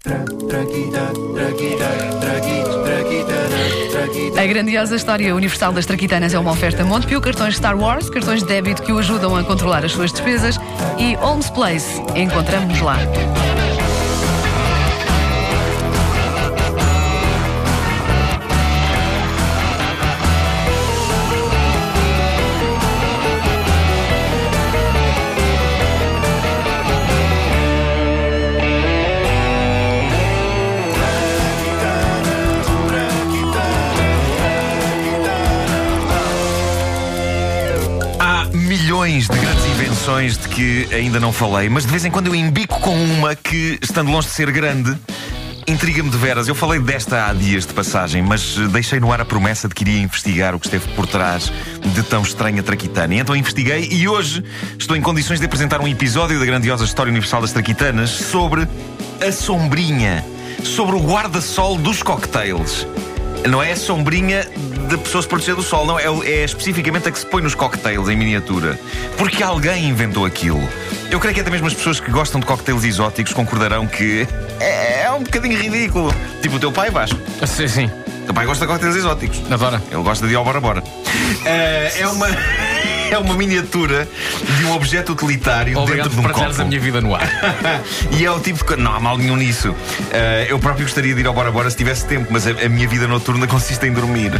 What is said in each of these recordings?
A grandiosa história universal das traquitanas é uma oferta Montepio, cartões Star Wars, cartões de débito que o ajudam a controlar as suas despesas, e Holmes Place. Encontramos-nos lá. Milhões de grandes invenções de que ainda não falei, mas de vez em quando eu embico com uma que, estando longe de ser grande, intriga-me de veras. Eu falei desta há dias de passagem, mas deixei no ar a promessa de que iria investigar o que esteve por trás de tão estranha traquitana. E então investiguei e hoje estou em condições de apresentar um episódio da grandiosa história universal das traquitanas sobre a sombrinha, sobre o guarda-sol dos cocktails. Não é a sombrinha da pessoa se proteger do sol, não. É especificamente a que se põe nos cocktails em miniatura. Porque alguém inventou aquilo. Eu creio que até mesmo as pessoas que gostam de cocktails exóticos concordarão que é um bocadinho ridículo. Tipo o teu pai, Vasco. Sim, sim. O teu pai gosta de cocktails exóticos. Adora. Ele gosta de Bora Bora. É uma miniatura de um objeto utilitário. Obrigado dentro de um por partilhares copo. a minha vida no ar. E é o tipo de coisa. Não há mal nenhum nisso. Eu próprio gostaria de ir ao Bora Bora se tivesse tempo, mas a minha vida noturna consiste em dormir.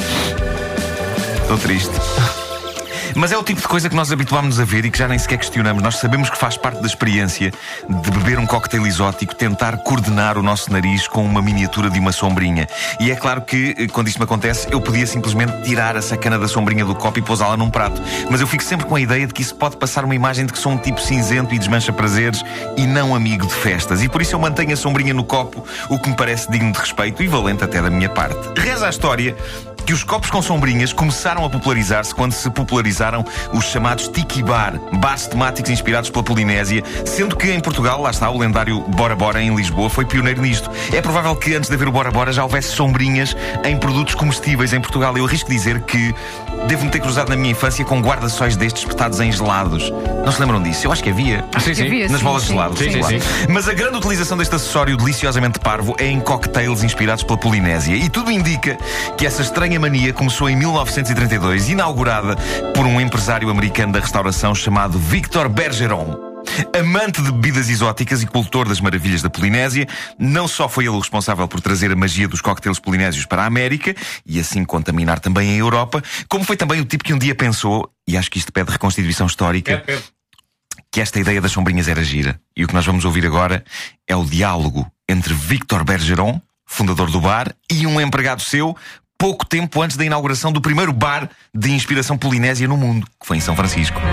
Estou triste. Mas é o tipo de coisa que nós habituámos-nos a ver e que já nem sequer questionamos. Nós sabemos que faz parte da experiência de beber um cocktail exótico, tentar coordenar o nosso nariz com uma miniatura de uma sombrinha. E é claro que, quando isto me acontece, eu podia simplesmente tirar a sacana da sombrinha do copo e pousá-la num prato. Mas eu fico sempre com a ideia de que isso pode passar uma imagem de que sou um tipo cinzento e desmancha prazeres e não amigo de festas. E por isso eu mantenho a sombrinha no copo, o que me parece digno de respeito e valente até da minha parte. Reza a história que os copos com sombrinhas começaram a popularizar-se quando se popularizaram os chamados Tiki Bar, bares temáticos inspirados pela Polinésia, sendo que em Portugal, lá está, o lendário Bora Bora em Lisboa foi pioneiro nisto. É provável que antes de haver o Bora Bora já houvesse sombrinhas em produtos comestíveis em Portugal. Eu arrisco dizer que devo-me ter cruzado na minha infância com guarda-sóis destes espetados em gelados. Não se lembram disso? Eu acho que havia. Sim, sim. Havia, Nas sim, bolas de sim. gelado. Sim, sim, sim. Mas a grande utilização deste acessório deliciosamente parvo é em cocktails inspirados pela Polinésia. E tudo indica que essa estranha mania começou em 1932, inaugurada por um empresário americano da restauração chamado Victor Bergeron. Amante de bebidas exóticas e cultor das maravilhas da Polinésia, não só foi ele o responsável por trazer a magia dos cocktails polinésios para a América e assim contaminar também a Europa, como foi também o tipo que um dia pensou, e acho que isto pede reconstituição histórica, que esta ideia das sombrinhas era gira. E o que nós vamos ouvir agora é o diálogo entre Victor Bergeron, fundador do bar, e um empregado seu, pouco tempo antes da inauguração do primeiro bar de inspiração polinésia no mundo, que foi em São Francisco.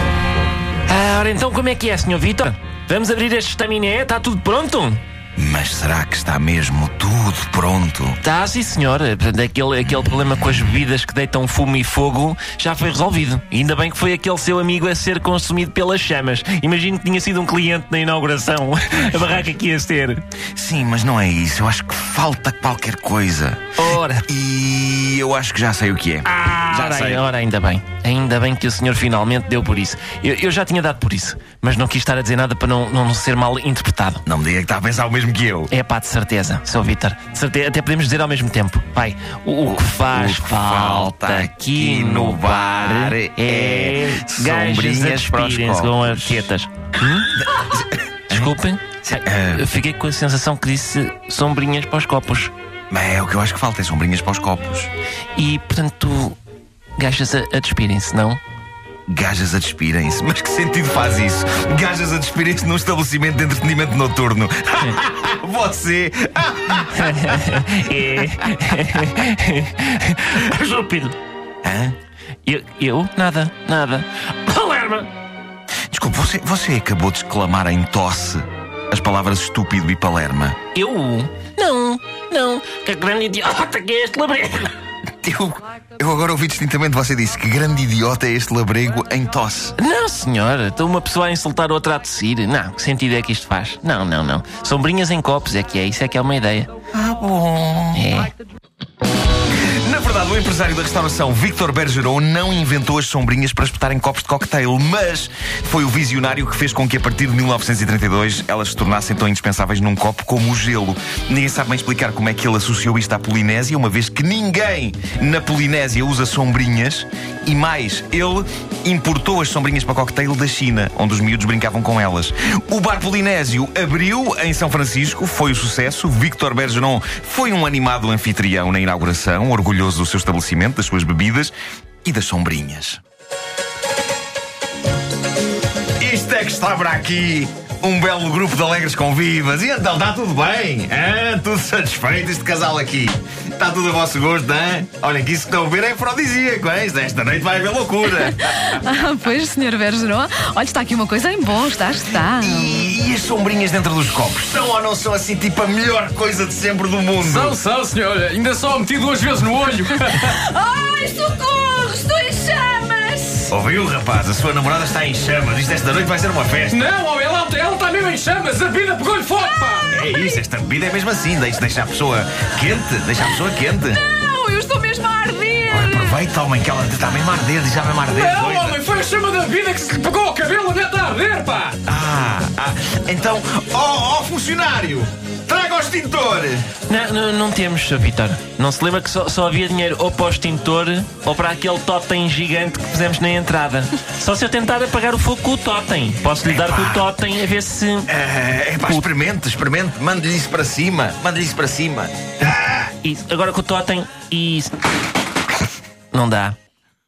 Ora, então como é que é, Sr. Vitor? Vamos abrir este estaminé? Está tudo pronto? Mas será que está mesmo tudo pronto? Está, sim, senhor. Aquele problema com as bebidas que deitam fumo e fogo já foi resolvido. E ainda bem que foi aquele seu amigo a ser consumido pelas chamas. Imagino que tinha sido um cliente na inauguração. A barraca que ia ser. Sim, mas não é isso. Eu acho que falta qualquer coisa. Ora. E eu acho que já sei o que é. Já sei. Ora, ainda bem. Ainda bem que o senhor finalmente deu por isso. Eu já tinha dado por isso, mas não quis estar a dizer nada para não ser mal interpretado. Não me diga que está a pensar o mesmo que eu. É pá, de certeza, Sr. Vitor. De certeza, até podemos dizer ao mesmo tempo. Vai, o que faz falta aqui no bar é sombrinhas para os gajas com copos. tetas. Desculpem, eu fiquei com a sensação que disse sombrinhas para os copos. É o que eu acho que falta, é sombrinhas para os copos. E, portanto, gajas a despirem-se, não? Gajas a despirem-se. Mas que sentido faz isso? Gajas a despirem-se num estabelecimento de entretenimento noturno. Você! Estúpido. Hã? Eu? Nada. Palerma! Desculpe, você acabou de exclamar em tosse as palavras estúpido e palerma. Eu? Não. Que grande idiota que é este labrego. Eu agora ouvi distintamente você disse que grande idiota é este labrego em tosse. Não, senhora. Então uma pessoa a insultar outra a tossir. Não, que sentido é que isto faz? Não. Sombrinhas em copos é que é. Isso é que é uma ideia. Ah, bom. É. Na verdade, verdade, o empresário da restauração Victor Bergeron não inventou as sombrinhas para espetar em copos de cocktail, mas foi o visionário que fez com que a partir de 1932 elas se tornassem tão indispensáveis num copo como o gelo. Ninguém sabe bem explicar como é que ele associou isto à Polinésia, uma vez que ninguém na Polinésia usa sombrinhas. E mais, ele importou as sombrinhas para cocktail da China, onde os miúdos brincavam com elas. O bar polinésio abriu em São Francisco, foi o sucesso. Victor Bergeron foi um animado anfitrião na inauguração, orgulhoso do seu estabelecimento, das suas bebidas e das sombrinhas. Isto é que está para aqui um belo grupo de alegres convivas. E então, está tudo bem? Tudo satisfeito este casal aqui? Está tudo a vosso gosto, não? Olhem que isso que estão a ver é afrodisíaco, hein? Esta noite vai haver loucura. Pois, Sr. Bergeron. Olha, está aqui uma coisa em bom, está. E as sombrinhas dentro dos copos? São ou não são assim tipo a melhor coisa de sempre do mundo? São, senhor. Ainda só meti 2 vezes no olho. Ai, socorro! Estou em chamas! Ouviu, rapaz? A sua namorada está em chamas. Isto esta noite vai ser uma festa. Não, homem, ela está mesmo em chamas. A vida pegou-lhe fogo, pá. É isso, esta bebida é mesmo assim. Deixa a pessoa quente. Deixa a pessoa quente. Não, eu estou mesmo a arder! Olha, aproveita, homem, que ela está mesmo a arder. Já mesmo a arder. Não, doida. homem, foi a chama da vida que se lhe pegou ao cabelo até está a arder, pá. Então, funcionário, traga o extintor. Não temos, Sr. Vitor. Não se lembra que só havia dinheiro ou para o extintor ou para aquele totem gigante que pusemos na entrada. Só se eu tentar apagar o fogo com o totem. Posso-lhe dar com o totem a ver se... Experimente. Mande-lhe isso para cima. Isso. Agora com o totem e... Não dá.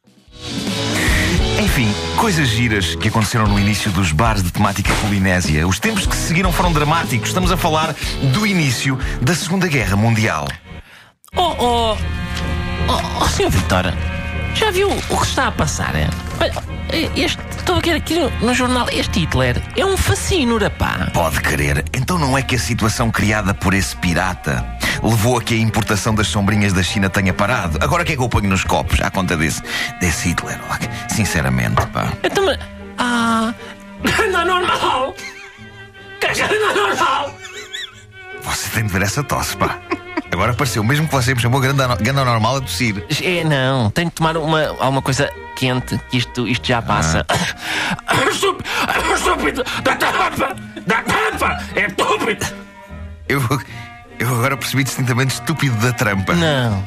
Enfim, coisas giras que aconteceram no início dos bares de temática polinésia. Os tempos que se seguiram foram dramáticos. Estamos a falar do início da Segunda Guerra Mundial. Sr. Vitor, já viu o que está a passar? Estou a ver aqui no jornal. Este Hitler é um fascínora, pá. Pode crer. Então não é que a situação criada por esse pirata levou a que a importação das sombrinhas da China tenha parado? Agora o que é que eu ponho nos copos à conta desse Hitler? Sinceramente, pá. Então, não é normal. Não é normal. Você tem de ver essa tosse, pá. Agora pareceu mesmo que você me chamou grande anormal a tossir. Não, tenho de tomar alguma coisa quente, que isto já passa. Estúpido! Da tampa! É estúpido! Eu agora percebi distintamente estúpido da trampa. Não.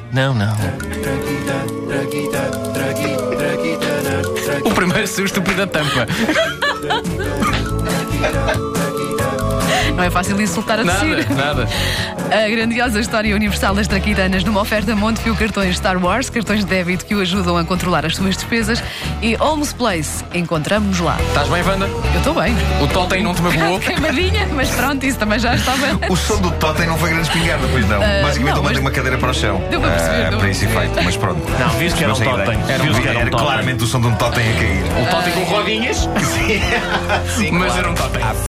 O primeiro seu estúpido da tampa. Não é fácil insultar a tossir. Nada. A grandiosa história universal das traquitanas numa oferta Montepio cartões Star Wars, cartões de débito que o ajudam a controlar as suas despesas, e Holmes Place. Encontramos-nos lá. Estás bem, Wanda? Eu estou bem. O totem não te magoou? Queimadinha, mas pronto, isso também já estava. O som do totem não foi grande espingarda, pois não. Basicamente eu mandei uma cadeira para o chão. Deu para perceber. Para esse efeito, mas pronto. Não, visto que era um totem. Era claramente o som de um totem a cair. Um totem com rodinhas? Sim, Mas claro. era um totem.